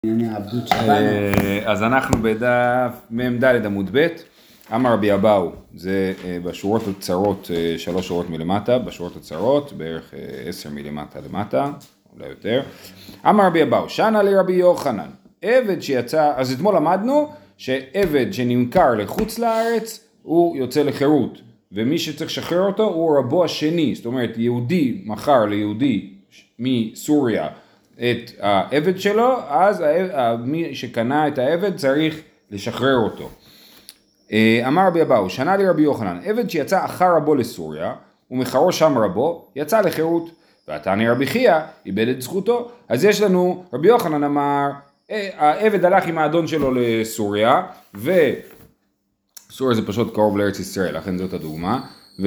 אז אנחנו בדף מ"ד עמוד ב'. אמר רבי אבאו, זה בשורות הצרות, 3 שורות מלמטה, בשורות הצרות בערך 10 מלמטה למטה, אולי יותר. אמר רבי אבאו, שנה לרבי יוחנן, עבד שיצא, אז אתמול למדנו שעבד שנמכר לחוץ לארץ הוא יוצא לחירות, ומי שצריך לשחרר אותו הוא רבו השני, זאת אומרת יהודי מכר ליהודי מסוריה את העבד שלו, אז מי שקנה את העבד צריך לשחרר אותו. אמר רבי אבאו, שנה לרבי יוחנן, עבד שיצא אחר רבו לסוריה, ומחרו שם רבו, יצא לחירות, ועתני רבי חייא, איבד את זכותו. אז יש לנו, רבי יוחנן אמר, העבד הלך עם האדון שלו לסוריה, וסוריה זה פשוט קרוב לארץ ישראל, לכן זאת הדוגמה,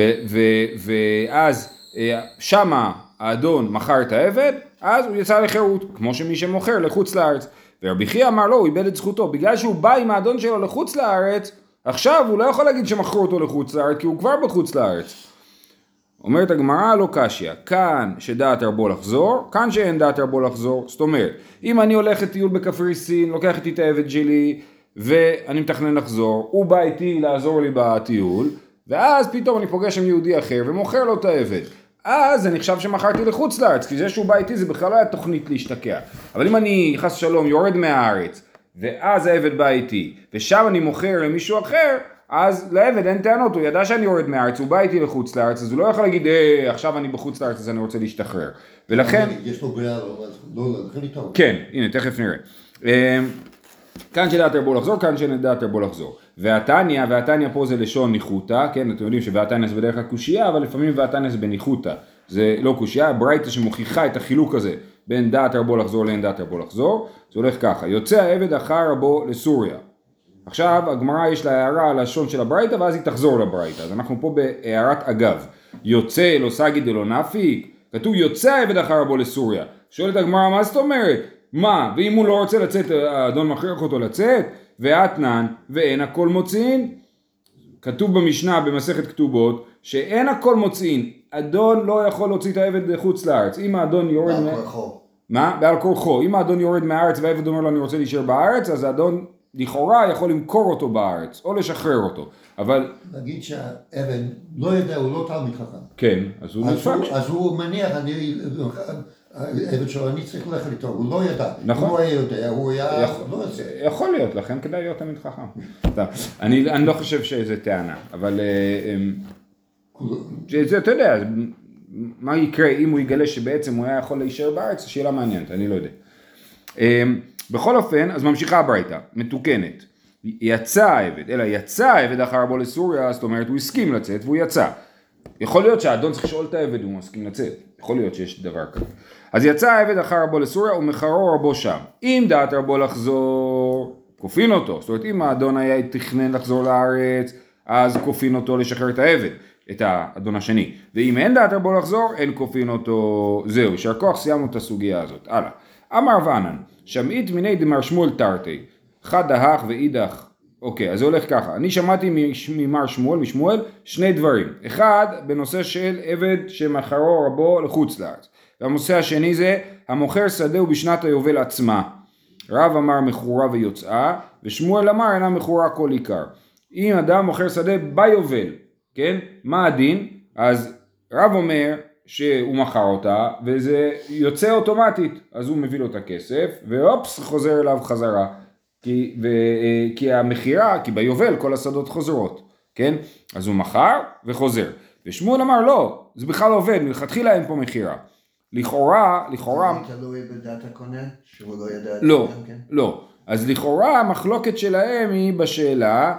ואז שמה האדון מכר את העבד, אז הוא יצא לחירות, כמו שמי שמוכר לחוץ לארץ. ורבי חייא אמר לו, הוא איבד את זכותו, בגלל שהוא בא עם האדון שלו לחוץ לארץ, עכשיו הוא לא יכול להגיד שמכרו אותו לחוץ לארץ, כי הוא כבר בחוץ לארץ. אומרת הגמרא, לא קשיא, כאן שדעת רבו לחזור, כאן שאין דעת רבו לחזור. זאת אומרת, אם אני הולך לטיול בקפריסין, לוקח איתי את העבד שלי, ואני מתכנן לחזור, הוא בא איתי לעזור לי בטיול, ואז פתאום אני פוגש עם יהודי אחר ומוכר לו את העבד. אז אני חשב שמכרתי לחוץ לארץ, כי זה שהוא בא איתי זה בכלל לא היה תוכנית להשתקע. אבל אם אני חס שלום יורד מהארץ, ואז העבד בא איתי, ושם אני מוכר למישהו אחר, אז לעבד אין טענות, הוא ידע שאני יורד מהארץ, הוא בא איתי לחוץ לארץ, אז הוא לא יכול להגיד, עכשיו אני בחוץ לארץ, אז אני רוצה להשתחרר. ולכן... יש לו בריאה, לא, כן, הנה, תכף נראה. כאן שדעת רבו לחזור, כאן שדעת רבו לחזור. והתניא פה זה לשון ניחותא, כן, אתם יודעים שהתניא זה בדרך כלל קושייה, אבל לפעמים והתניא זה בניחותא. זה לא קושייה, ברייתא שמוכיחה את החילוק הזה בין דעת רבו לחזור לאין דעת רבו לחזור. זה הולך ככה, יוצא העבד אחר רבו לסוריה. עכשיו הגמרא יש לה הערה על השון של הברייתא, ואז היא תחזור לברייתא. אז אנחנו פה בהערת אגב. יוצא לא סגיד אלא נפיק, כתוב יוצא העבד אחר רבו לסוריה. שואלת הגמרא, מה זאת אומרת? מה? ואם הוא לא רוצה לצאת, האדון מכריח אותו לצאת? ואתנן, ואין הכל מוציאין. כתוב במשנה במסכת כתובות, שאין הכל מוציאין. אדון לא יכול להוציא את העבד לחוץ לארץ. אם האדון יורד... בעל כורחו. מה? בעל כורחו. אם האדון יורד מהארץ והעבד אומר לו אני רוצה להישאר בארץ, אז האדון לכאורה יכול למכור אותו בארץ, או לשחרר אותו. אבל... נגיד שהעבד לא יודע, הוא לא תלמיד חכם. כן, אז הוא נדפק. אז הוא מניח, העבד שלו, אני צריך ללכת איתו, הוא לא ידע. נכון. אם הוא היה יודע, הוא היה... יכול להיות, לכן כדאי להיות תלמיד חכם. אני לא חושב שזה טענה, אבל... זה, אתה יודע, מה יקרה אם הוא יגלה שבעצם הוא היה יכול להישאר בארץ, שאלה מעניינת, אני לא יודע. בכל אופן, אז ממשיכה הברייתא, מתוקנת. יצא העבד, אלא יצא העבד אחר רבו לסוריה, זאת אומרת, הוא הסכים לצאת והוא יצא. יכול להיות שהאדון צריך לשאול את העבד, הוא מסכים לצאת. יכול להיות שיש דבר כזה. אז יצא העבד אחר רבו לסוריה, ומחרו רבו שם. אם דעת רבו לחזור, כופין אותו. זאת אומרת, אם האדון היה תכנן לחזור לארץ, אז כופין אותו לשחרר את העבד, את האדון השני. ואם אין דעת רבו לחזור, אין כופין אותו. זהו, יישר כוח, סיימנו את הסוגיה הזאת. הלאה. אמר וענן, שמעית מיני דמר שמואל תרתי, חד דהך ואידך. אוקיי, אז זה הולך ככה. אני שמעתי ממר שמואל, משמואל, שני דברים. אחד, בנושא של עבד שמחרו רבו לחוץ לארץ. והנושא השני זה, המוכר שדהו בשנת היובל עצמה. רב אמר מכורה ויוצאה, ושמואל אמר אינה מכורה כל עיקר. אם אדם מוכר שדה ביובל, כן? מה הדין? אז רב אומר שהוא מכר אותה, וזה יוצא אוטומטית. אז הוא מביא לו את הכסף, ואופס, חוזר אליו חזרה. כי המחירה, כי ביובל כל השדות חוזרות, כן? אז הוא מכר וחוזר. ושמואל אמר לא, זה בכלל לא עובד, מלכתחילה אין פה מחירה. לכאורה... זה תלוי בדעת הקונה, שהוא לא ידע... לא, לא. אז לכאורה המחלוקת שלהם היא בשאלה...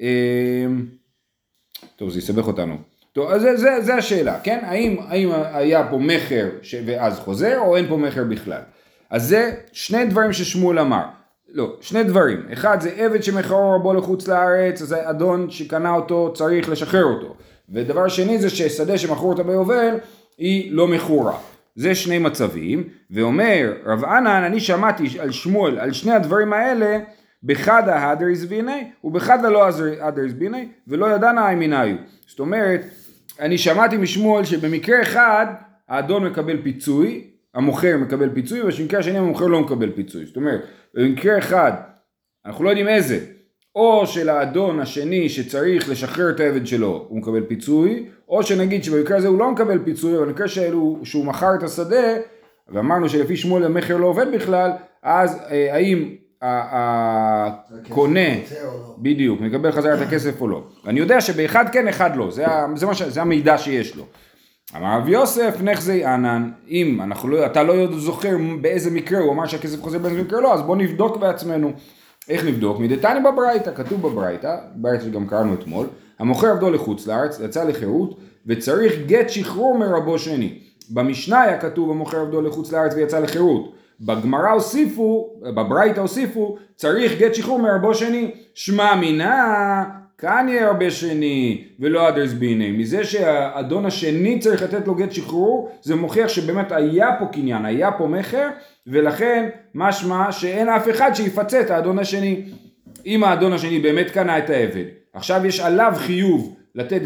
טוב, זה יסבך אותנו. טוב, אז זה השאלה, כן? האם היה פה מחר ואז חוזר, או אין פה מחר בכלל? אז זה שני דברים ששמואל אמר. לא, שני דברים. אחד זה עבד שמחרו רבו לחוץ לארץ, אז האדון שקנה אותו צריך לשחרר אותו. ודבר שני זה ששדה שמכרו אותה ביובל היא לא מכורה. זה שני מצבים, ואומר רב ענן, אני שמעתי על שמואל, על שני הדברים האלה, בחד ההדריס ביני, ובחד הלא ההדריס ביני, ולא ידענה הימיניו. זאת אומרת, אני שמעתי משמואל שבמקרה אחד, האדון מקבל פיצוי, המוכר מקבל פיצוי, ובמקרה השני המוכר לא מקבל פיצוי. זאת אומרת, במקרה אחד, אנחנו לא יודעים איזה, או של האדון השני שצריך לשחרר את העבד שלו, הוא מקבל פיצוי, או שנגיד שבמקרה הזה הוא לא מקבל פיצוי, אבל במקרה שהוא מכר את השדה, ואמרנו שלפי שמואל המחר לא עובד בכלל, אז האם הקונה, בדיוק, מקבל חזרה את הכסף או לא. ואני יודע שבאחד כן, אחד לא, זה המידע שיש לו. אמר רב יוסף, נחזי ענן, אם אתה לא זוכר באיזה מקרה, הוא אמר שהכסף חוזר באיזה מקרה לא, אז בוא נבדוק בעצמנו. איך נבדוק? מדתני בברייתא, כתוב בברייתא, ברייתא שגם קראנו אתמול, המוכר עבדו לחוץ לארץ, יצא לחירות, וצריך גט שחרור מרבו שני. במשנה היה כתוב המוכר עבדו לחוץ לארץ ויצא לחירות. בגמרא הוסיפו, בברייתא הוסיפו, צריך גט שחרור מרבו שני. שמע מינה, כאן יהיה הרבה שני, ולא אדרס ביני. מזה שהאדון השני צריך לתת לו גט שחרור, זה מוכיח שבאמת היה פה קניין, היה פה מחר, ולכן משמע שאין אף אחד שיפצה את האדון השני. אם האדון השני באמת קנה את העבד, עכשיו יש עליו חיוב לתת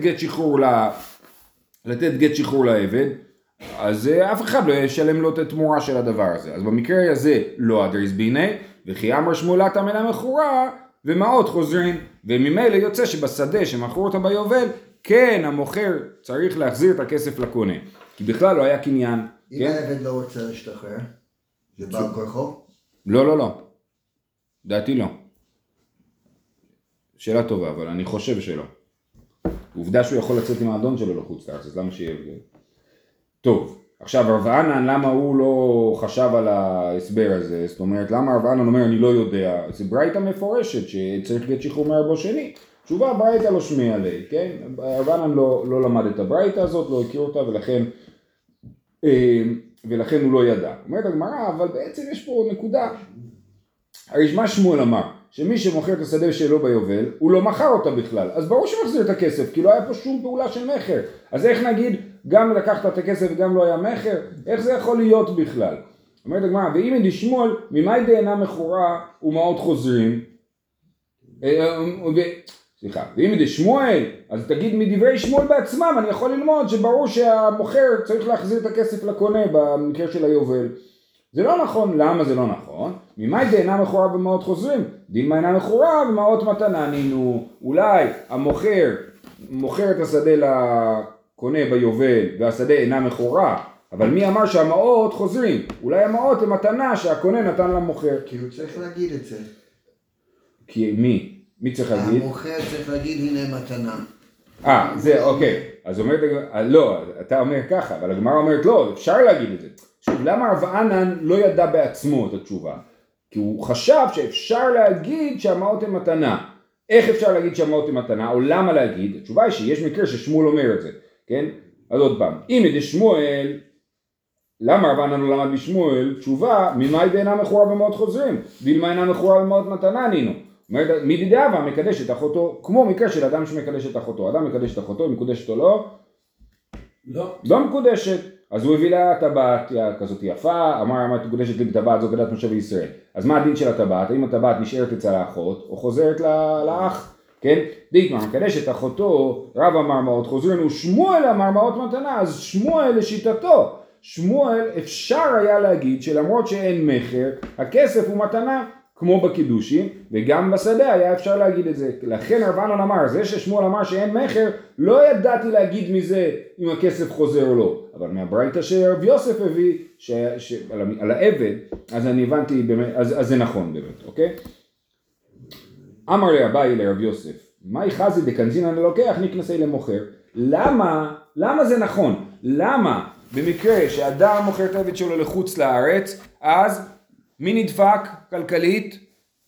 גט שחרור לעבד, אז אף אחד לא ישלם לו את התמורה של הדבר הזה. אז במקרה הזה לא אדרס ביני, וכי אמר שמואלת המנה מכורה, ומעות חוזרים, וממילא יוצא שבשדה שמכרו אותה ביובל, כן המוכר צריך להחזיר את הכסף לקונה, כי בכלל לא היה קניין. אם העבד לא רוצה להשתחרר, זה בעל כורחו? לא. דעתי לא. שאלה טובה, אבל אני חושב שלא. עובדה שהוא יכול לצאת עם האדון שלו לחוץ לארץ, אז למה שיהיה הבדל? טוב, עכשיו רב ענן, למה הוא לא חשב על ההסבר הזה? זאת אומרת, למה רב ענן אומר אני לא יודע? זה ברייתא מפורשת שצריך גט שחרור מרבו שני. תשובה, ברייתא לא שמיע עליה, כן? רב ענן לא למד את הברייתא הזאת, לא הכיר אותה, ולכן הוא לא ידע. אומרת הגמרא, אבל בעצם יש פה נקודה. הרי מה שמואל אמר? שמי שמוכר את השדה שלו ביובל, הוא לא מכר אותה בכלל. אז ברור שמחזיר את הכסף, כי לא היה פה שום פעולה של מחר. אז איך נגיד, גם לקחת את הכסף וגם לא היה מחר? איך זה יכול להיות בכלל? אומרת הגמרא, ואם ידי שמואל, ממאי דאינה מכורה ומעות חוזרים? ואם ידי שמואל, אז תגיד מדברי שמואל בעצמם, אני יכול ללמוד שברור שהמוכר צריך להחזיר את הכסף לקונה במקרה של היובל. זה לא נכון. למה זה לא נכון? ממאי דאינה מכורה ומעות חוזרים? דילמה אינה מכורה ומעות מתנה. אולי המוכר מוכר את השדה לקונה ביובל והשדה אינה מכורה, אבל מי אמר שהמעות חוזרים? אולי המעות הם מתנה שהקונה נתן למוכר. כי הוא צריך להגיד את זה. כי מי צריך להגיד? המוכר צריך להגיד הנה מתנה. זה אוקיי. אז אומרת, לא, אתה אומר ככה, אבל הגמרא אומרת לא, אפשר להגיד את זה. שוב, למה רב ענן לא ידע בעצמו את התשובה? כי הוא חשב שאפשר להגיד שהמעות הם מתנה. איך אפשר להגיד שהמעות הם מתנה, או למה להגיד? התשובה היא שיש מקרה ששמואל אומר את זה, כן? אז עוד פעם, אם ידי שמואל, למה רב ענן לא למד בשמואל? תשובה, ממאי דאינה מכורה במעות חוזרים, דילמה אינה מכורה במעות מתנה נינו. אומרת, מי דאבה מקדש את אחותו, כמו מקרה של אדם שמקדש את אחותו. אדם מקדש את אחותו, מקודשת או לא? לא מקודשת. אז הוא הביא לה טבעת כזאת יפה, אמר מקודשת לי בטבעת זו כדת משה וישראל. אז מה הדין של הטבעת? האם הטבעת נשארת אצל האחות או חוזרת לאח? כן? דיקמר, מקדש את אחותו, רב אמר מעות חוזרים, ושמואל אמר מעות מתנה. אז שמואל לשיטתו, שמואל אפשר היה להגיד שלמרות שאין מחר, הכסף הוא מתנה. כמו בקידושים, וגם בשדה היה אפשר להגיד את זה. לכן רב ענן אמר, זה ששמואל אמר שאין מחר, לא ידעתי להגיד מזה אם הכסף חוזר או לא. אבל מהברייתא שרב יוסף הביא על העבד, אז אני הבנתי באמת, אז זה נכון באמת, אוקיי? אמר לאביי לרב יוסף, מאי חזי דקנזינן ללוקח נקנסי למוכר. למה זה נכון? למה במקרה שאדם מוכר את העבד שלו לחוץ לארץ, אז מי נדפק כלכלית?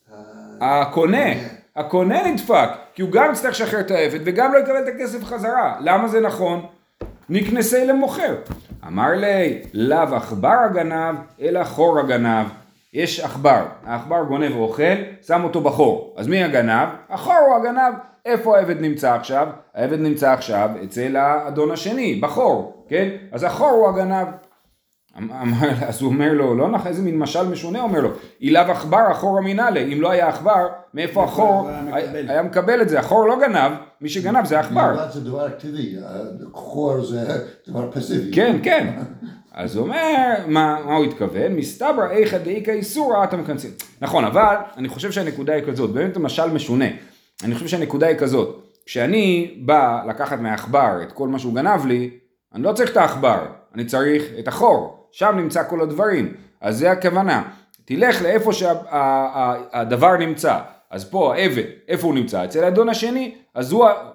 הקונה נדפק, כי הוא גם צריך לשחרר את העבד וגם לא יקבל את הכסף חזרה. למה זה נכון? נקנסי למוכר. אמר לי, לאו עכבר הגנב אלא חור הגנב. יש עכבר, העכבר גונב ואוכל, שם אותו בחור. אז מי הגנב? החור הוא הגנב. איפה העבד נמצא עכשיו? העבד נמצא עכשיו אצל האדון השני, בחור, כן? אז החור הוא הגנב. אז הוא אומר לו, לא נח, איזה מין משל משונה, אומר לו, אילב עכבר החור המינלה, אם לא היה עכבר, מאיפה החור היה מקבל את זה? החור לא גנב, מי שגנב זה עכבר. זה דבר אקטיבי, חור זה דבר פסיבי. כן, אז הוא אומר, מה הוא התכוון? מסתבר איכא דאיכא איסורא אתא מקנצין. נכון, אבל אני חושב שהנקודה היא כזאת, באמת המשל משונה. אני חושב שהנקודה היא כזאת, כשאני בא לקחת מהעכבר את כל מה שהוא גנב לי, אני לא צריך את העכבר, אני צריך את החור, שם נמצא כל הדברים. אז זה הכוונה, תלך לאיפה שהדבר נמצא. אז פה העבד, איפה הוא נמצא? אצל האדון השני, אז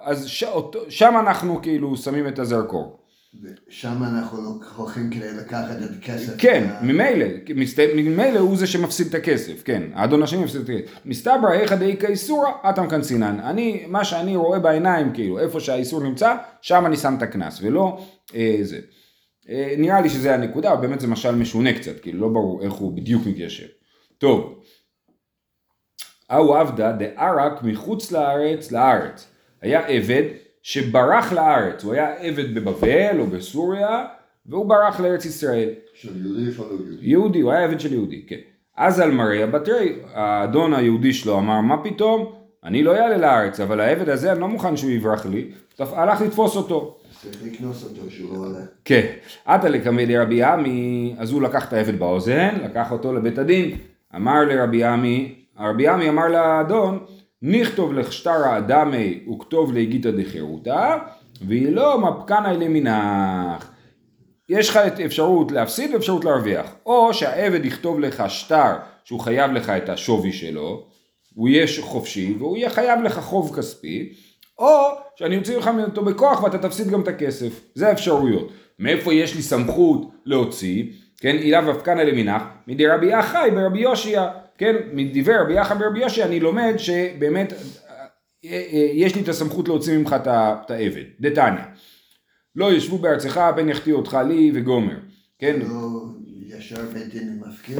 שם אנחנו כאילו שמים את הזרקור. ושם אנחנו הולכים כדי לקחת את הכסף. כן, ממילא הוא זה שמפסיד את הכסף, כן, האדון השני מפסיד את הכסף. מסתבר איכא דאיכא איסורא אתא מקנצינן. מה שאני רואה בעיניים, כאילו, איפה שהאיסור נמצא, שם אני שם את הקנס, ולא זה. נראה לי שזה הנקודה, אבל באמת זה משל משונה קצת, כאילו לא ברור איך הוא בדיוק מתיישב. טוב. אהו עבדה דערק מחוץ לארץ. היה עבד שברח לארץ, הוא היה עבד בבבל או בסוריה, והוא ברח לארץ ישראל. של יהודי יש לנו יהודי. יהודי, הוא היה עבד של יהודי, כן. אז על מריה בתרי, האדון היהודי שלו אמר, מה פתאום? אני לא אעלה לארץ, אבל העבד הזה אני לא מוכן שהוא יברח לי, הלך לתפוס אותו. צריך לקנוס אותו שהוא לא עולה. כן, עתה לקמא דרבי עמי, אז הוא לקח את העבד באוזן, לקח אותו לבית הדין, אמר לרבי עמי, הרבי עמי אמר לאדון, נכתוב לך שטרה אדמי וכתוב להגיתא דחירותא, ולא מפקנא למינך. יש לך את אפשרות להפסיד ואפשרות להרוויח. או שהעבד יכתוב לך שטר שהוא חייב לך את השווי שלו, הוא יהיה חופשי והוא יהיה חייב לך חוב כספי, או שאני אוציא לך אותו בכוח ואתה תפסיד גם את הכסף. זה האפשרויות. מאיפה יש לי סמכות להוציא? כן, אילא מפקנא למינך, מדרבי אחי ברבי יושיע. כן, מדבר רבי יחיא ברבי יושיע אני לומד שבאמת יש לי את הסמכות להוציא ממך את העבד. דתניא. לא ישבו בארצך פן יחטיאו אותך לי וגומר. כן. לא ישר בית דין מפקיר?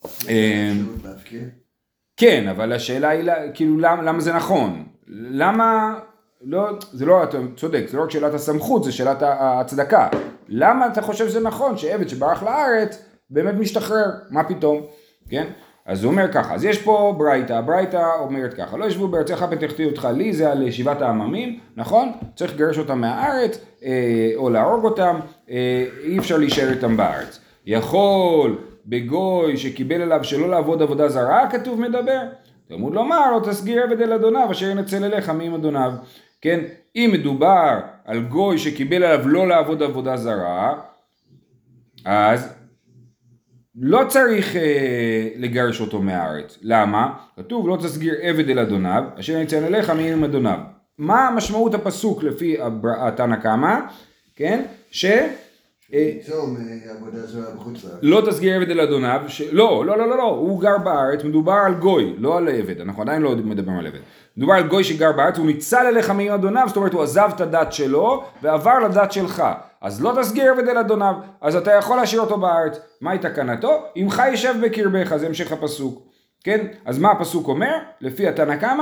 כן, אבל השאלה היא כאילו למה זה נכון? למה, לא, זה לא, אתה צודק, זה לא רק שאלת הסמכות, זה שאלת הצדקה. למה אתה חושב שזה נכון שעבד שברח לארץ באמת משתחרר? מה פתאום? כן? אז הוא אומר ככה, אז יש פה ברייתא, הברייתא אומרת ככה, לא ישבו בארצך פן יחטיאו אותך לי, זה על שבעת העממים, נכון? צריך לגרש אותם מהארץ, או להרוג אותם, אי אפשר להישאר איתם בארץ. יכול בגוי שקיבל עליו שלא לעבוד עבודה זרה, כתוב מדבר, תלמוד לומר, לא תסגיר עבד אל אדוניו, אשר ינצל אליך מעם אדוניו, כן? אם מדובר על גוי שקיבל עליו לא לעבוד עבודה זרה, אז לא צריך לגרש אותו מהארץ. למה? כתוב לא תסגיר עבד אל אדוניו, אשר ינצל אליך מעם אדוניו. מה משמעות הפסוק לפי התנא קמא? כן? צום עבודה זרה בחוץ לארץ. לא תסגיר עבד אל אדוניו, לא, הוא גר בארץ, מדובר על גוי, לא על עבד, אנחנו עדיין לא מדברים על עבד. מדובר על גוי שגר בארץ, הוא ניצל אליך מעם אדוניו, זאת אומרת הוא עזב את הדת שלו ועבר לדת שלך. אז לא תסגיר עבד אל אדוניו, אז אתה יכול להשאיר אותו בארץ. מהי תקנתו? עמך יישב בקרבך, זה המשך הפסוק. כן? אז מה הפסוק אומר? לפי התנא קמא,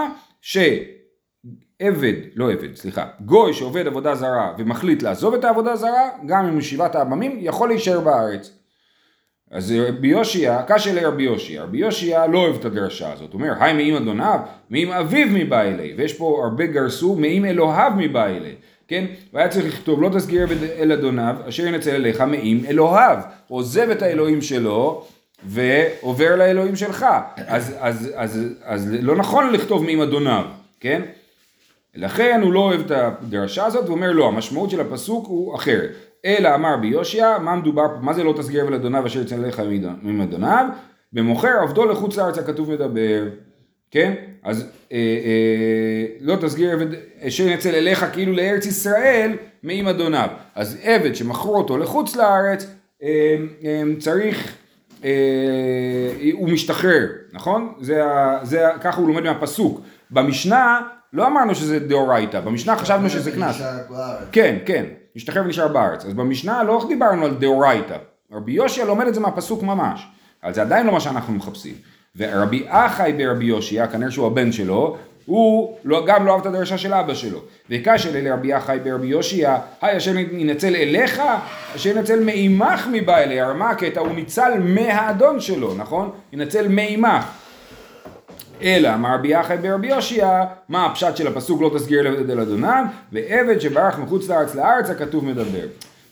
גוי שעובד עבודה זרה ומחליט לעזוב את העבודה זרה, גם עם שבעת העממים, יכול להישאר בארץ. אז רבי יושיע, קשה לרבי יושיע, רבי יושיע לא אוהב את הדרשה הזאת, הוא אומר, היי מעם אדוניו, מעם אביו מבא אלי, ויש פה הרבה גרסו, מעם אלוהיו מבא אלי, כן? והיה צריך לכתוב, לא תסגיר עבד אל אדוניו, אשר ינצל אליך מעם אלוהיו, עוזב את האלוהים שלו, ועובר לאלוהים שלך, אז לא נכון לכתוב מעם אדוניו, כן? לכן הוא לא אוהב את הדרשה הזאת, הוא אומר לא, המשמעות של הפסוק הוא אחרת. אלא אמר ביושיע, מה מדובר פה, מה זה לא תסגיר עבד אל אדוניו אשר יצא אליך מעם אדוניו? במוכר עבדו לחוץ לארץ הכתוב מדבר, כן? אז לא תסגיר עבד אשר יצא אליך כאילו לארץ ישראל מעם אדוניו. אז עבד שמכרו אותו לחוץ לארץ, צריך, הוא משתחרר, נכון? ככה הוא לומד מהפסוק. במשנה לא אמרנו שזה דאורייתא, במשנה חשבנו שזה קנס. כן, משתחרר ונשאר בארץ. אז במשנה לא דיברנו על דאורייתא. רבי יושיע לומד את זה מהפסוק ממש. אבל זה עדיין לא מה שאנחנו מחפשים. ורבי אחי ברבי יושיע, כנראה שהוא הבן שלו, הוא גם לא אהב את הדרשה של אבא שלו. וקשה לרבי אחי ברבי יושיע, היי אשר ינצל אליך, אשר ינצל מעמך מבא אלי, הרמה הקטע, הוא ניצל מהאדון שלו, נכון? ינצל מעמך. אלא אמר רבי אחי ברבי יושיע, מה הפשט של הפסוק לא תסגיר עבד אל אדוניו, ועבד שברח מחוץ לארץ הכתוב מדבר.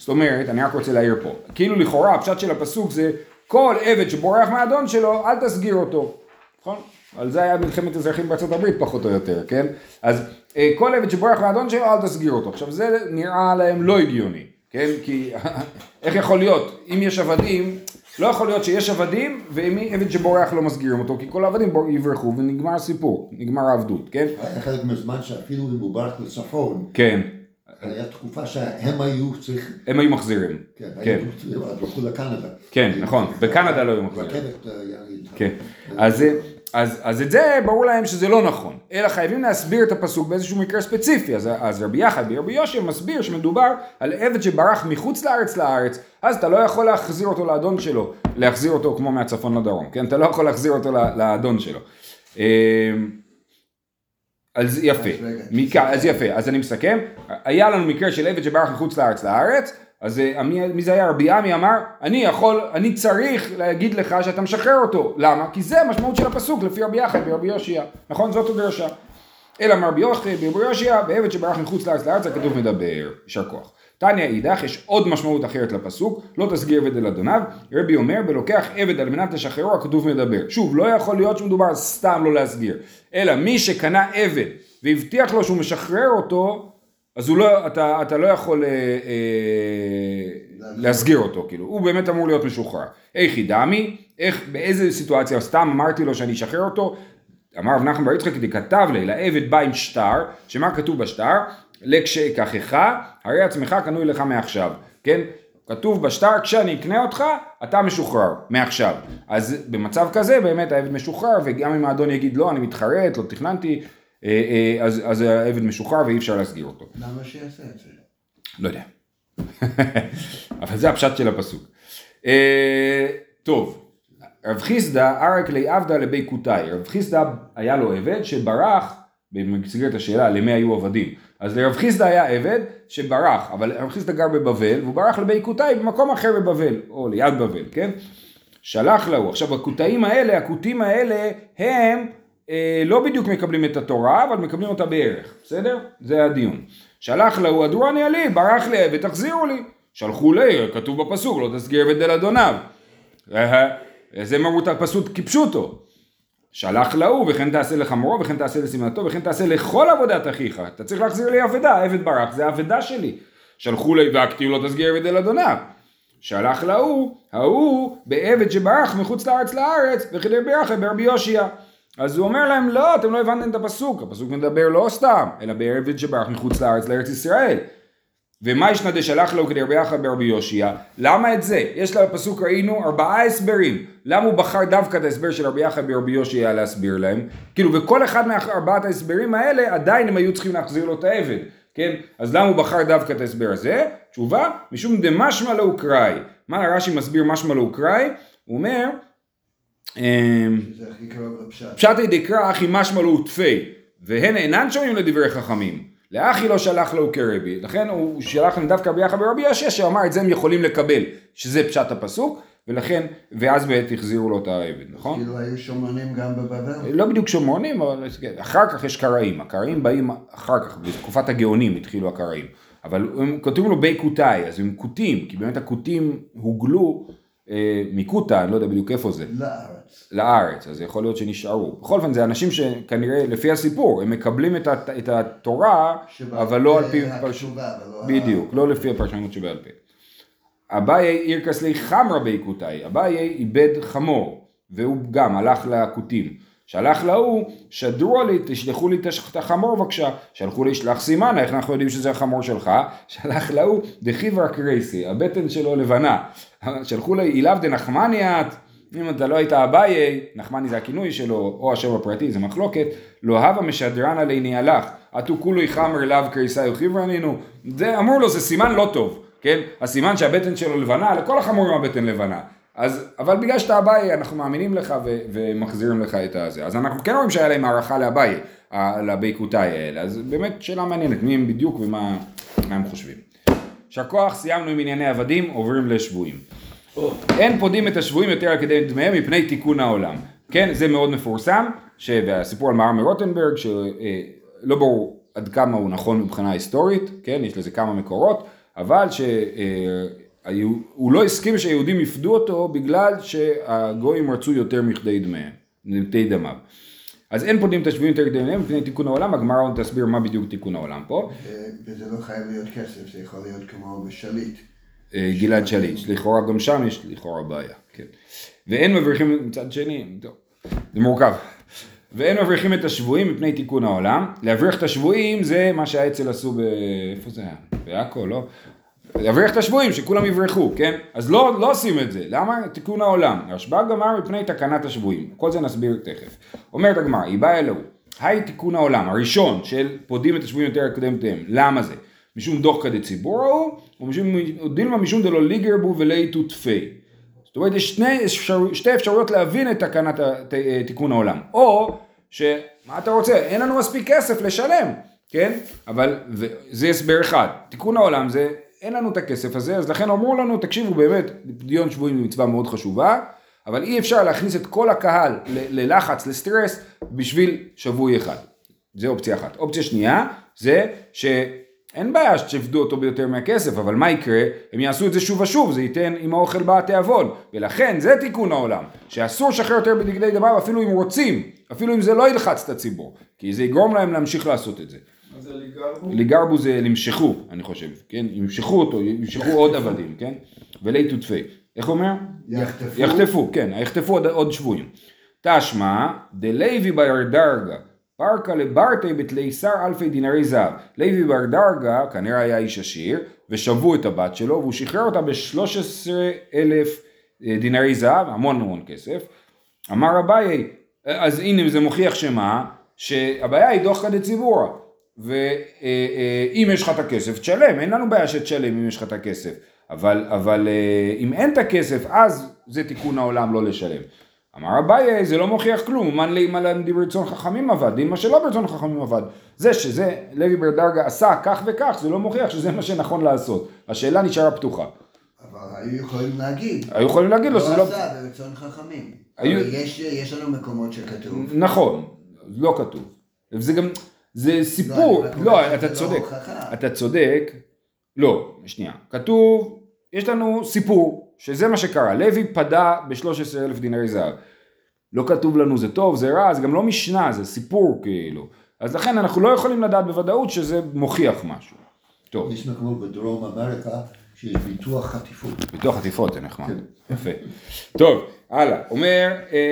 זאת אומרת, אני רק רוצה להעיר פה, כאילו לכאורה הפשט של הפסוק זה כל עבד שבורח מהאדון שלו, אל תסגיר אותו, נכון? על זה היה מלחמת אזרחים בארצות הברית פחות או יותר, כן? אז כל עבד שבורח מהאדון שלו, אל תסגיר אותו. עכשיו זה נראה להם לא הגיוני, כן? כי איך יכול להיות? אם יש עבדים, לא יכול להיות שיש עבדים, ואם עבד שבורח לא מסגירים אותו, כי כל העבדים יברחו ונגמר הסיפור, נגמר העבדות, כן? היה חלק מהזמן שאפילו אם הוא ברח לצפון, כן. היה תקופה שהם היו צריכים... הם היו מחזירים. כן, הלכו לקנדה. כן, נכון, בקנדה לא היו מחזירים. רכבת היה... כן, אז את זה ברור להם שזה לא נכון, אלא חייבים להסביר את הפסוק באיזשהו מקרה ספציפי, אז רבי יחד ברבי יושע מסביר שמדובר על עבד שברח מחוץ לארץ, אז אתה לא יכול להחזיר אותו לאדון שלו, להחזיר אותו כמו מהצפון לדרום, כן? אתה לא יכול להחזיר אותו לאדון שלו. אז יפה, אז יפה, אז אני מסכם, היה לנו מקרה של עבד שברח מחוץ לארץ, אז מי זה היה? רבי עמי אמר, אני צריך להגיד לך שאתה משחרר אותו. למה? כי זה המשמעות של הפסוק לפי רבי יחד ברבי יושע. נכון? זאת הדרשה. אלא אמר רבי יושע, בעבד שברח מחוץ לארץ, הכתוב מדבר. יישר כוח. תניא אידך, יש עוד משמעות אחרת לפסוק, לא תסגיר עבד אל אדוניו. רבי אומר, בלוקח עבד על מנת לשחררו, הכתוב מדבר. שוב, לא יכול להיות שמדובר סתם לא להסגיר. אלא מי שקנה עבד והבטיח לו שהוא משחרר אותו, אז אתה לא יכול להסגיר אותו, כאילו, הוא באמת אמור להיות משוחרר. איך ידעמי? באיזה סיטואציה, סתם אמרתי לו שאני אשחרר אותו, אמר רב נחמן בר יצחק, כתב לי, לעבד בא עם שטר, שמה כתוב בשטר? לכשאקחך, הרי עצמך קנוי לך מעכשיו, כן? כתוב בשטר, כשאני אקנה אותך, אתה משוחרר, מעכשיו. אז במצב כזה באמת העבד משוחרר, וגם אם האדון יגיד לא, אני מתחרט, לא תכננתי, אז העבד משוחרר ואי אפשר להסגיר אותו. למה שיעשה את זה? לא יודע. אבל זה הפשט של הפסוק. טוב, רב חיסדא ערק לי עבדא לבי קוטאי. רב חיסדא היה לו עבד שברח, במסגרת השאלה למי היו עבדים. אז לרב חיסדא היה עבד שברח, אבל רב חיסדא גר בבבל, והוא ברח לבי קוטאי במקום אחר בבבל, או ליד בבל, כן? שלח לו. עכשיו הקוטאים האלה, הם לא בדיוק מקבלים את התורה, אבל מקבלים אותה בערך, בסדר? זה הדיון. שלח לו, אדורני עלי, ברח לי, ותחזירו לי. שלחו לי, כתוב בפסוק, לא תסגיר עבד אל אדוניו. זה מהות הפסוק כפשוטו. שלח לו, וכן תעשה לחמורו, וכן תעשה לסימנתו, וכן תעשה לכל עבודת אחיך. אתה צריך להחזיר לי עבדה, עבד ברח, זה העבדה שלי. שלחו לי, והכתיב לא תסגיר עבד אל אדוניו. שלח לו, ההוא בעבד שברח מחוץ לארץ, וכדי ברח ברבי יושע. אז הוא אומר להם, לא, אתם לא הבנתם את הפסוק מדבר לא סתם, אלא בעבד שברח מחוץ לארץ ישראל. ומה ישנה דשלח לו כדי רבי יחד ברבי יושע? למה את זה? יש לפסוק ראינו 4 הסברים. למה הוא בחר דווקא את ההסבר של רבי יחד ברבי יושע להסביר להם? כאילו, וכל אחד מה4 ההסברים האלה, עדיין הם היו צריכים להחזיר לו את העבד. כן? אז למה הוא בחר דווקא את ההסבר הזה? תשובה, משום דמשמע לא קראי. מה רש"י מסביר משמע לא קראי? הוא אומר, זה הכי קרוב לפשט. פשטי דקרא אחי משמע לו ותפי, והן אינן שומעים לדברי חכמים. לאחי לא שלח לו כרבי, לכן הוא שלח להם דווקא ביחד ברבי יושע, שאמר את זה הם יכולים לקבל, שזה פשט הפסוק, ולכן, ואז בעת החזירו לו את העבד, נכון? כאילו היו שומרונים גם בבבל? לא בדיוק שומרונים, אבל אחר כך יש קראים, הקראים באים אחר כך, בתקופת הגאונים התחילו הקראים, אבל הם כותבים לו בי קוטאי, אז הם קוטים, כי באמת הקוטים הוגלו מקוטה, אני לא יודע בדיוק איפה זה. לארץ, אז יכול להיות שנשארו. בכל אופן, זה אנשים שכנראה, לפי הסיפור, הם מקבלים את התורה, אבל לא על פי פרשנות. בדיוק, לא לפי הפרשנות שבעל פה. אביי ירקס לי חמרה בי קוטאי, אביי איבד חמור, והוא גם הלך לקוטים. שלח להוא, שדרו לי, תשלחו לי את החמור בבקשה, שלחו לי שלח סימן, איך אנחנו יודעים שזה החמור שלך, שלח להוא, דחיבר קרייסי, הבטן שלו לבנה, שלחו לי, אילב דנחמניית, אם אתה לא היית אביי, נחמני זה הכינוי שלו, או השם הפרטי, זה מחלוקת, לא הווה משדרן עליני הלך, עתו כולוי חמר לאו קרייסי וחיבר עלינו, זה אמור לו, זה סימן לא טוב, כן? הסימן שהבטן שלו לבנה, לכל החמורים הבטן לבנה. אז, אבל בגלל שאתה אביי, אנחנו מאמינים לך ומחזירים לך את הזה. אז אנחנו כן רואים שהיה להם הערכה לאביי, לבי קוטאי האלה. אז באמת שאלה מעניינת, מי הם בדיוק ומה הם חושבים. שכוח, סיימנו עם ענייני עבדים, עוברים לשבויים. אין פודים את השבויים יותר על כדי דמיהם מפני תיקון העולם. כן, זה מאוד מפורסם, והסיפור על מהר"ם מרוטנברג, שלא ברור עד כמה הוא נכון מבחינה היסטורית, כן, יש לזה כמה מקורות, אבל שהוא לא הסכים שהיהודים יפדו אותו בגלל שהגויים רצו יותר מכדי דמיו. אז אין פודים את השבויים יותר כדי דמיהם מפני תיקון העולם, הגמרא עוד תסביר מה בדיוק תיקון העולם פה. וזה לא חייב להיות כסף, זה יכול להיות כמו בשליט. גלעד שליט, לכאורה גם שם יש לכאורה בעיה, כן. ואין מבריחים, מצד שני, טוב, זה מורכב. ואין מבריחים את השבויים מפני תיקון העולם. להבריח את השבויים זה מה שהאצ"ל עשו איפה זה היה? בעכו, לא? להבריח את השבויים שכולם יברחו, כן? אז לא עושים את זה. למה? תיקון העולם. הרשב"א גמר מפני תקנת השבויים. כל זה נסביר תכף. אומרת הגמרא, היא באה אלוהו. היי תיקון העולם, הראשון של פודים את השבויים יותר הקדמתם. למה זה? משום דוחקא דציבור ההוא, או דילמה משום דלא ליגר בו ולאיתו תפי. זאת אומרת, יש שתי אפשרויות להבין את תקנת תיקון העולם. או מה אתה רוצה? אין לנו מספיק כסף לשלם, כן? אבל זה הסבר אחד. תיקון העולם זה, אין לנו את הכסף הזה, אז לכן אמרו לנו, תקשיבו באמת, פדיון שבויים היא מצווה מאוד חשובה, אבל אי אפשר להכניס את כל הקהל ללחץ, לסטרס, בשביל שבוי אחד. זה אופציה אחת. אופציה שנייה, זה אין בעיה שתפדו אותו ביותר מהכסף, אבל מה יקרה? הם יעשו את זה שוב ושוב, זה ייתן עם האוכל בא התיאבון, ולכן זה תיקון העולם, שאסור לשחרר יותר בדגלי דמיו, אפילו אם רוצים, אפילו אם זה לא ילחץ את הציבור, כי זה יגרום להם להמשיך לעשות את זה. מה זה ליגרבו? ליגרבו זה למשכו, אני חושב, כן? ימשכו אותו, ימשכו עוד עבדים, כן? וליתו תפי. איך אומר? יחטפו, כן, יחטפו עוד שבויים. תשמע, דלוי בר דרגה, פרקה לברטי בתליסר אלפי דינרי זהב. לוי בר דרגה כנראה היה איש עשיר, ושבו את הבת שלו, והוא שחרר אותה ב13,000 דינרי זהב, המון כסף. אמר אביי, אז הנה זה מוכיח שמה, שהבעיה היא דוחקא דציבורא, ואם יש לך את הכסף תשלם, אין לנו בעיה שתשלם אם יש לך את הכסף, אבל אם אין את הכסף, אז זה תיקון העולם לא לשלם. אמר אביי, זה לא מוכיח כלום, מן לימלן די ברצון חכמים עבד, דימה שלא ברצון חכמים עבד. זה שזה לוי בר דרגה עשה כך וכך, זה לא מוכיח שזה מה שנכון לעשות. השאלה נשארה פתוחה. אבל היו יכולים להגיד. היו יכולים להגיד לו שזה לא... לא עשה ברצון חכמים. יש לנו מקומות שכתוב. נכון, לא כתוב. וזה גם, זה סיפור, לא, אתה צודק, לא, שנייה, כתוב, יש לנו סיפור, שזה מה שקרה, לוי פדה ב13,000 דינרי זהב, לא כתוב לנו זה טוב, זה רע, זה גם לא משנה, זה סיפור כאילו, אז לכן אנחנו לא יכולים לדעת בוודאות שזה מוכיח משהו. טוב. יש מקומות בדרום אמריקה שיש ביטוח חטיפות. ביטוח חטיפות, זה נחמד, יפה. טוב, הלאה, אומר,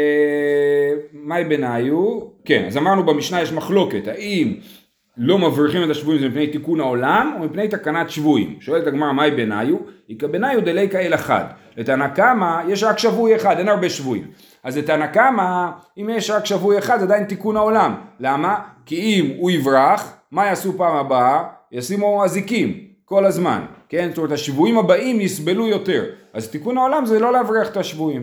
מהי ביניו? כן, אז אמרנו במשנה יש מחלוקת, האם לא מבריחים את השבויים זה מפני תיקון העולם או מפני תקנת שבויים? שואלת הגמרא מהי ביניו? איכא ביניו דליקא אל אחד. לתנא קמא יש רק שבוי אחד, אין הרבה שבויים. אז לתנא קמא, אם יש רק שבוי אחד זה עדיין תיקון העולם. למה? כי אם הוא יברח, מה יעשו פעם הבאה? ישימו אזיקים כל הזמן. כן? זאת אומרת, השבויים הבאים יסבלו יותר. אז תיקון העולם זה לא להבריח את השבויים.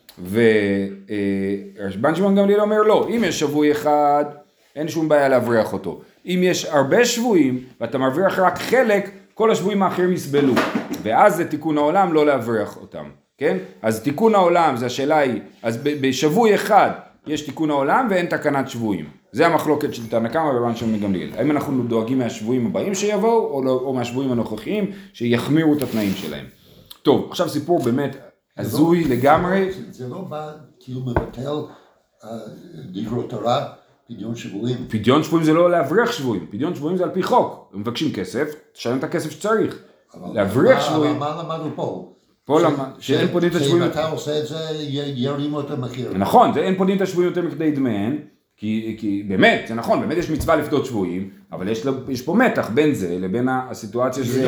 ורבן שמעון גמליאל אומר לא, אם יש שבוי אחד, אין שום בעיה להבריח אותו. אם יש הרבה שבויים ואתה מבריח רק חלק, כל השבויים האחרים יסבלו. ואז זה תיקון העולם לא להבריח אותם. כן? אז תיקון העולם, זה השאלה היא, אז בשבוי אחד יש תיקון העולם ואין תקנת שבויים. זה המחלוקת של תנא קמא ורבן שמעון גמליאל. האם אנחנו דואגים מהשבויים הבאים שיבואו, או מהשבויים הנוכחיים שיחמירו את התנאים שלהם. טוב, עכשיו סיפור באמת הזוי לגמרי. זה לא בא כאילו מבטל דברי תורה, פדיון שבויים. פדיון שבויים זה לא להבריח שבויים, פדיון שבויים זה על פי חוק. הם מבקשים כסף, תשלם את הכסף שצריך. להבריח שבויים. אבל מה למדנו פה? פה למד, שאין פודין את השבויים. שאם אתה עושה את זה, ירימו את המחיר. נכון, אין פודין את השבויים יותר מכדי דמיהן, כי באמת, זה נכון, באמת יש מצווה לפדות שבויים, אבל יש פה מתח בין זה לבין הסיטואציה שזה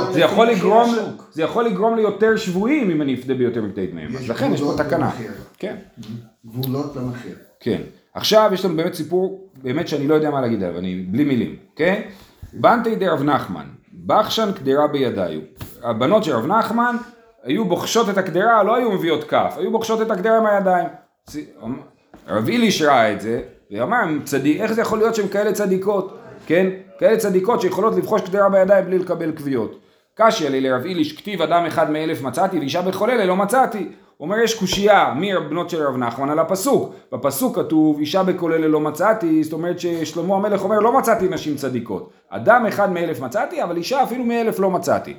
יכול לגרום ליותר שבויים אם אני אפדה ביותר מכדי דמיהן. אז לכן יש פה תקנה. כן. גבולות למחיר. כן. עכשיו יש לנו באמת סיפור, באמת שאני לא יודע מה להגיד עליו, אני בלי מילים, כן? בנתי דרב נחמן, בחשן קדרה בידיו. הבנות של רב נחמן היו בוחשות את הקדרה, לא היו מביאות כף, היו בוחשות את הקדרה מהידיים. רב איליש ראה את זה, ואמר, איך זה יכול להיות שהן כאלה צדיקות, כן? כאלה צדיקות שיכולות לבחוש קדרה בידיים בלי לקבל קביעות. קשיא לי לרב איליש, כתיב אדם אחד מ1,000 מצאתי, ואישה בכל אלה לא מצאתי. הוא אומר, יש קושייה מהבנות של רב נחמן על הפסוק. בפסוק כתוב, אישה בכל אלה לא מצאתי, זאת אומרת ששלמה המלך אומר, לא מצאתי נשים צדיקות. אדם אחד מ1,000 מצאתי, אבל אישה אפילו מ1,000 לא מצאתי.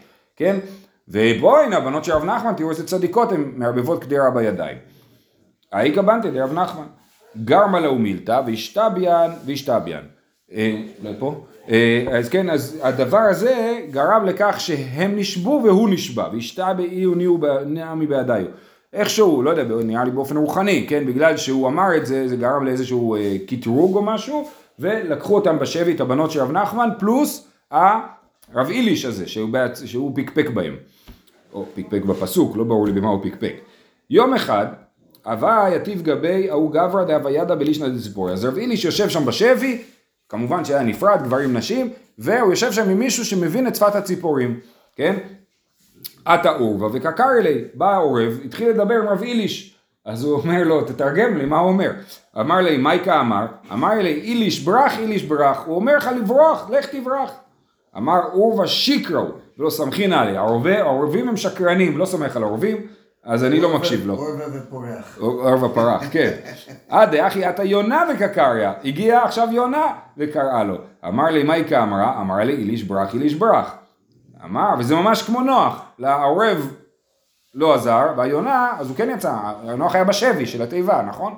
כן? ובואי, הבנות של רב נחמן, תראו איזה צדיקות, הן מערבבות קדירה בידיים. האיכא בנתי דרב נחמן, גרמה לו מילתא וישתביין. לא פה? אז כן, אז הדבר הזה גרם לכך שהם נשבו והוא נשבע, וישתבי וניהו נעמי בידיו. איכשהו, לא יודע, נראה לי באופן רוחני, כן? בגלל שהוא אמר את זה, זה גרם לאיזשהו קטרוג או משהו, ולקחו אותם בשבי, את הבנות של רב נחמן, פלוס הרב איליש הזה, שהוא פיקפק בהם. או פיקפק בפסוק, לא ברור לי במה הוא פיקפק. יום אחד, הווה יתיב גבי ההוא גברא דהווידא בלישנא דציפורי. אז רב איליש יושב שם בשבי, כמובן שהיה נפרד, גברים נשים, והוא יושב שם עם מישהו שמבין את שפת הציפורים, כן? עתה עורבא וקקר אלי, בא העורב, התחיל לדבר עם רב איליש, אז הוא אומר לו, תתרגם לי מה הוא אומר. אמר לי, מייקה אמר לי, איליש ברח, הוא אומר לך לברוח, לך תברח. אמר עורבא שיקראו, ולא סמכין עלי, העורבים הם שקרנים, לא סומך על העורבים, אז אני לא מקשיב לו. עורבא ופורח. עורבא פרח, כן. עד אחי אתה יונה וקקריה, הגיע עכשיו יונה וקראה לו. אמר לי מייקה אמר לי איליש ברח. אמר, וזה ממש כמו נוח, לעורב לא עזר, והיונה, אז הוא כן יצא, נוח היה בשבי של התיבה, נכון?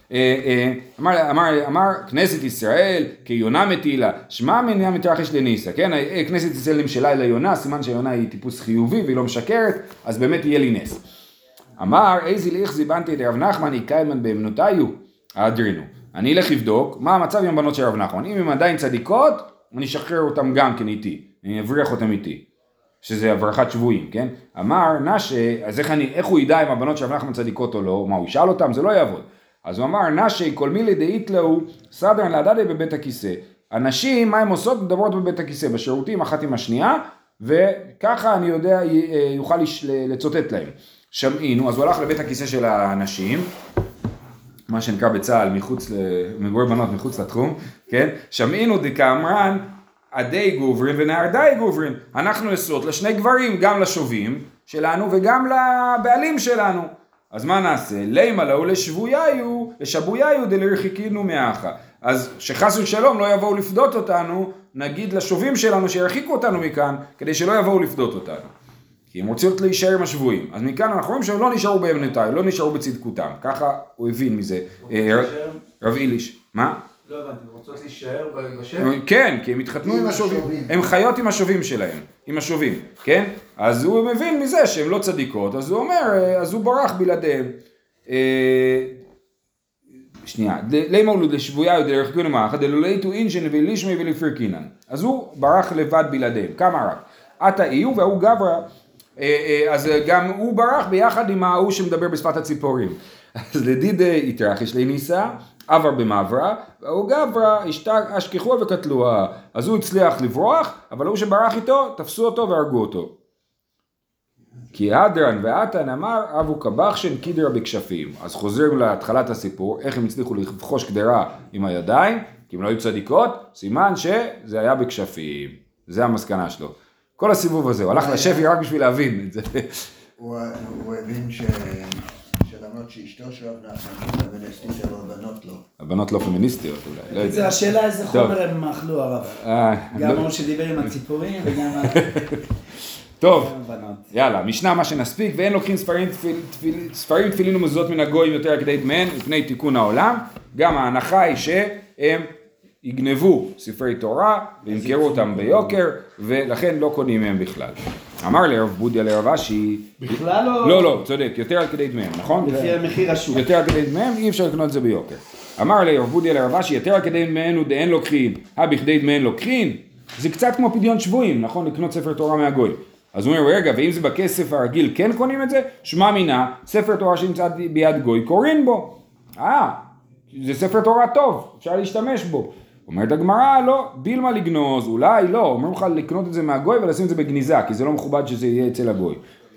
אמר, כנסת ישראל, כיונה מטילה, שמע מניה מתרחש לניסה, כן? כנסת ישראל נמשלה אל היונה, סימן שהיונה היא טיפוס חיובי והיא לא משקרת, אז באמת יהיה לי נס. אמר, איזי ליך זיבנתי דרב נחמן, יקיימן באמנותיו, אדרינו. אני אלך לבדוק, מה המצב עם הבנות של רב נחמן? אם הם עדיין צדיקות, אני אשחרר אותם גם כן איתי, אני אבריח אותם איתי. שזה הברחת שבויים, כן? אמר נשה, אז איך הוא ידע אם הבנות של רב נחמן צדיקות או לא? מה, הוא ישאל אותם? זה לא יעבוד. אז הוא אמר, נשה, כל מילי דאית לו, סדרן לעדדי בבית הכיסא. הנשים, מה הם עושות? מדברות בבית הכיסא, בשירותים אחת עם השנייה, וככה אני יודע, יוכל לצוטט להם. שמעינו, אז הוא הלך לבית הכיסא של הנשים, מה שנקרא בצהל, מגורי בנות מחוץ לתחום, כן? שמעינו דקאמרן, עדי גוברין ונערדי גוברין, אנחנו נשואות לשני גברים, גם לשובים שלנו וגם לבעלים שלנו. אז מה נעשה? לימה לו לשבויהו דלרחיקינו מאחה. אז שחס ושלום לא יבואו לפדות אותנו, נגיד לשובים שלנו שירחיקו אותנו מכאן, כדי שלא יבואו לפדות אותנו. כי הם רוצים להישאר עם השבויים. אז מכאן אנחנו רואים שהם לא נשארו באמנותיו, לא נשארו בצדקותם. ככה הוא הבין מזה. רב איליש. מה? לא הבנתי, הם רוצות להישאר בשבי? כן, כי הם התחתנו עם השובים, הם חיות עם השובים שלהם, עם השובים, כן? אז הוא מבין מזה שהם לא צדיקות, אז הוא אומר, אז הוא ברח בלעדיהם. שנייה, לימה הוא לשבויה יותר יחגונו מאחד, דלולייתו אינשן ולישמי ולפרקינן. אז הוא ברח לבד בלעדיהם, כמה רק? עתה איהו והוא גברא, אז גם הוא ברח ביחד עם ההוא שמדבר בשפת הציפורים. אז לדיד יתרחש לניסה, עבר במעברה, והוא גברא, השכחוה וקטלוה. אז הוא הצליח לברוח, אבל הוא שברח איתו, תפסו אותו והרגו אותו. כי הדרן ועתן אמר, אבו קבחשן קידרה בכשפים. אז חוזרים להתחלת הסיפור, איך הם הצליחו לבחוש קדרה עם הידיים, כי הם לא היו צדיקות, סימן שזה היה בכשפים. זה המסקנה שלו. כל הסיבוב הזה, הוא הלך לשבי רק בשביל להבין את זה. הוא הבין שלמרות שאשתו של רב נחמן פמיניסטית, אבל הבנות לא. הבנות לא פמיניסטיות אולי, לא יודע. זה השאלה איזה חומר הם אכלו הרב. גם הוא שדיבר עם הציפורים וגם טוב, יאללה, משנה מה שנספיק, ואין לוקחים ספרים תפילין ומזוזות מן הגויים יותר כדי דמיהן, מפני תיקון העולם. גם ההנחה היא שהם יגנבו ספרי תורה וימכרו אותם ביוקר, ולכן לא קונים מהם בכלל. אמר לרב בודיה לרב אשי, בכלל לא? לא, צודק, יותר על כדי דמיהם, נכון? לפי המחיר השוק. יותר על כדי דמיהם, אי אפשר לקנות את זה ביוקר. אמר לרב בודיה לרב אשי, יותר על כדי דמיהן הוא דאין לוקחין, בכדי דמיהן לוקחין, זה קצת כמו פדיון שבויים, נכון? לקנות ספר תורה מהגוי. אז הוא אומר, רגע, ואם זה בכסף הרגיל כן קונים את זה? שמע מינה, ספר תורה שנמצא ביד גוי, קוראים בו. זה ספר תורה טוב, אפשר להשתמש בו. אומרת הגמרא, לא, בילמה לגנוז, אולי לא, אומרים לך לקנות את זה מהגוי ולשים את זה בגניזה, כי זה לא מכובד שזה יהיה אצל הגוי.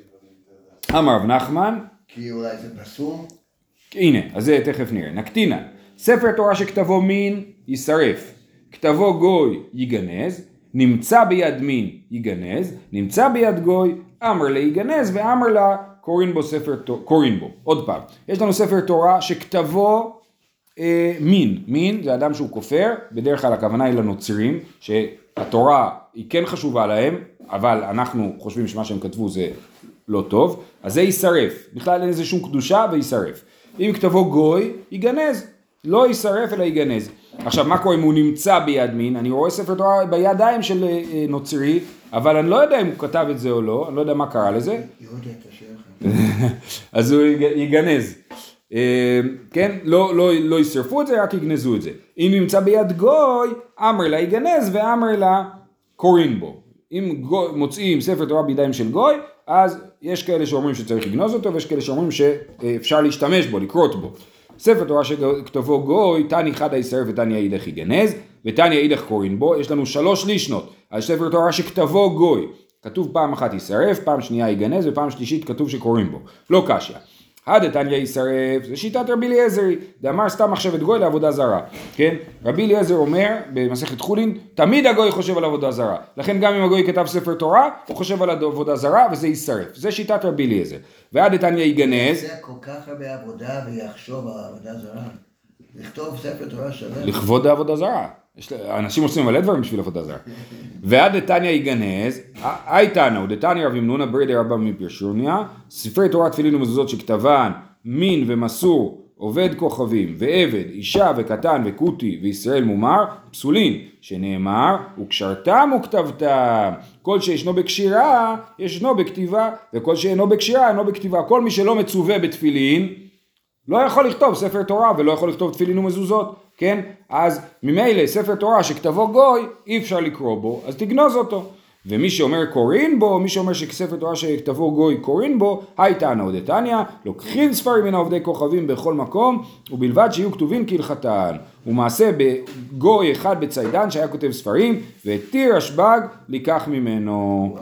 אמר רב נחמן, כי אולי זה פסול? הנה, אז זה תכף נראה. נקטינה, ספר תורה שכתבו מין יישרף, כתבו גוי ייגנז, נמצא ביד מין ייגנז, נמצא ביד גוי, אמר לה ייגנז ואמר לה קוראים בו ספר תורה, קוראים בו. עוד פעם, יש לנו ספר תורה שכתבו מין. מין זה אדם שהוא כופר, בדרך כלל הכוונה היא לנוצרים, שהתורה היא כן חשובה להם, אבל אנחנו חושבים שמה שהם כתבו זה לא טוב, אז זה יישרף. בכלל אין איזה שום קדושה ויישרף. אם כתבו גוי, ייגנז. לא יישרף אלא ייגנז. עכשיו מה קורה אם הוא נמצא ביד מין? אני רואה ספר תורה בידיים של נוצרי, אבל אני לא יודע אם הוא כתב את זה או לא, אני לא יודע מה קרה לזה. יהודי את השייך. אז הוא ייגנז. כן, לא ישרפו את זה, רק יגנזו את זה. אם נמצא ביד גוי, אמר לה ייגנז ואמר לה קוראים בו. אם מוצאים ספר תורה בידיים של גוי, אז יש כאלה שאומרים שצריך לגנוז אותו, ויש כאלה שאומרים שאפשר להשתמש בו, לקרות בו. ספר תורה שכתבו גוי, תני חדא יישרף ותני אידך ייגנז, ותני אידך קוראים בו. יש לנו 3 לישנות על ספר תורה שכתבו גוי. כתוב פעם אחת יישרף, פעם שנייה ייגנז, ופעם שלישית כתוב שקוראים בו. לא קשיא. הדתניא יישרף, זה שיטת רבי אליעזרי, דאמר סתם מחשבת גוי לעבודה זרה, כן? רבי אליעזר אומר במסכת חולין, תמיד הגוי חושב על עבודה זרה, לכן גם אם הגוי כתב ספר תורה, הוא חושב על עבודה זרה וזה יישרף, זה שיטת רבי אליעזר. והדתניא ייגנז. זה כל כך הרבה עבודה ויחשוב על עבודה זרה. לכתוב ספר תורה שווה. לכבוד העבודה זרה. אנשים עושים מלא דברים בשביל עבודה זרה. ועד דתניא ייגנז, הייתנו, דתניא רבי מנונה ברי דרבא מפרשוניה, ספרי תורה תפילין ומזוזות שכתבן, מין ומסור, עובד כוכבים, ועבד, אישה וקטן וכותי וישראל מומר, פסולין, שנאמר, וקשרתם וכתבתם, כל שישנו בקשירה, ישנו בכתיבה, וכל שאינו בקשירה, אינו בכתיבה. כל מי שלא מצווה בתפילין, לא יכול לכתוב ספר תורה ולא יכול לכתוב תפילין ומזוזות, כן? אז ממילא ספר תורה שכתבו גוי, אי אפשר לקרוא בו, אז תגנוז אותו. ומי שאומר קוראים בו, מי שאומר שספר תורה שכתבו גוי קוראים בו, הייתנו דתניא, לוקחים ספרים מן עובדי כוכבים בכל מקום, ובלבד שיהיו כתובים כהלכתן. ומעשה בגוי אחד בציידן שהיה כותב ספרים, והתיר השבג לקח ממנו.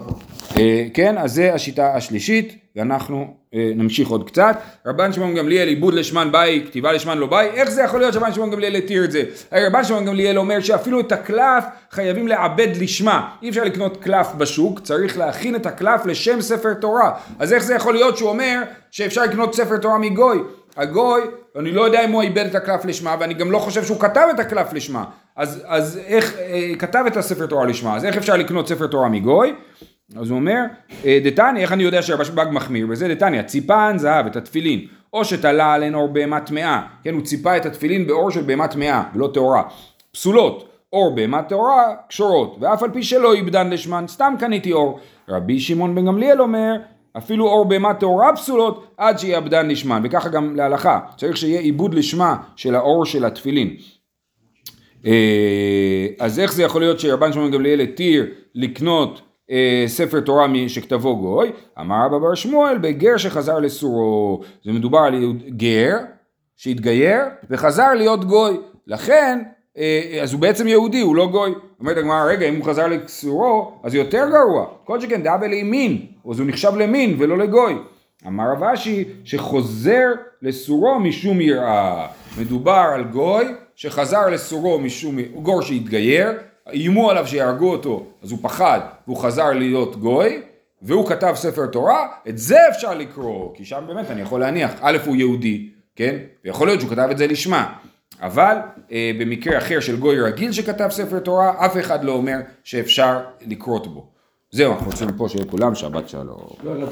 כן, אז זה השיטה השלישית, ואנחנו נמשיך עוד קצת. רבן שמעון גמליאל עיבוד לשמן ביי, כתיבה לשמן לא ביי. איך זה יכול להיות שרבן שמעון גמליאל התיר את זה? רבן שמעון גמליאל אומר שאפילו את הקלף חייבים לעבד לשמה. אי אפשר לקנות קלף בשוק, צריך להכין את הקלף לשם ספר תורה. אז איך זה יכול להיות שהוא אומר שאפשר לקנות ספר תורה מגוי? הגוי, אני לא יודע אם הוא איבד את הקלף לשמה, ואני גם לא חושב שהוא כתב את הקלף לשמה. אז איך כתב את הספר תורה לשמה? אז איך אפשר לקנות ספר תורה מגוי? אז הוא אומר, דתניא, איך אני יודע שהרשב"ג מחמיר בזה? דתניא, ציפן זהב את התפילין, או שתלה עליהן אור בהמת טמאה, כן, הוא ציפה את התפילין באור של בהמת טמאה, ולא טהורה. פסולות, אור בהמת טהורה, קשורות, ואף על פי שלא איבדן לשמן, סתם קניתי אור. רבי שמעון בן גמליאל אומר, אפילו אור בהמת טהורה פסולות, עד שיאבדן לשמן, וככה גם להלכה, צריך שיהיה עיבוד לשמה של האור של התפילין. אז איך זה יכול להיות שרבן שמעון בן גמליאל התיר לקנות ספר תורה שכתבו גוי? אמר רבא בר שמואל, בגר שחזר לסורו. זה מדובר על גר שהתגייר וחזר להיות גוי, לכן אז הוא בעצם יהודי, הוא לא גוי. אומרת הגמרא, רגע, אם הוא חזר לסורו אז יותר גרוע, כל שכן דאבה לימין, אז הוא נחשב למין ולא לגוי. אמר רב אשי שחוזר לסורו משום יראה. מדובר על גוי שחזר לסורו משום גור שהתגייר, איימו עליו שיהרגו אותו, אז הוא פחד, והוא חזר להיות גוי, והוא כתב ספר תורה. את זה אפשר לקרוא, כי שם באמת אני יכול להניח, א' הוא יהודי, כן? ויכול להיות שהוא כתב את זה לשמה, אבל במקרה אחר של גוי רגיל שכתב ספר תורה, אף אחד לא אומר שאפשר לקרות בו. זהו, אנחנו רוצים פה שיהיה כולם שבת שלום.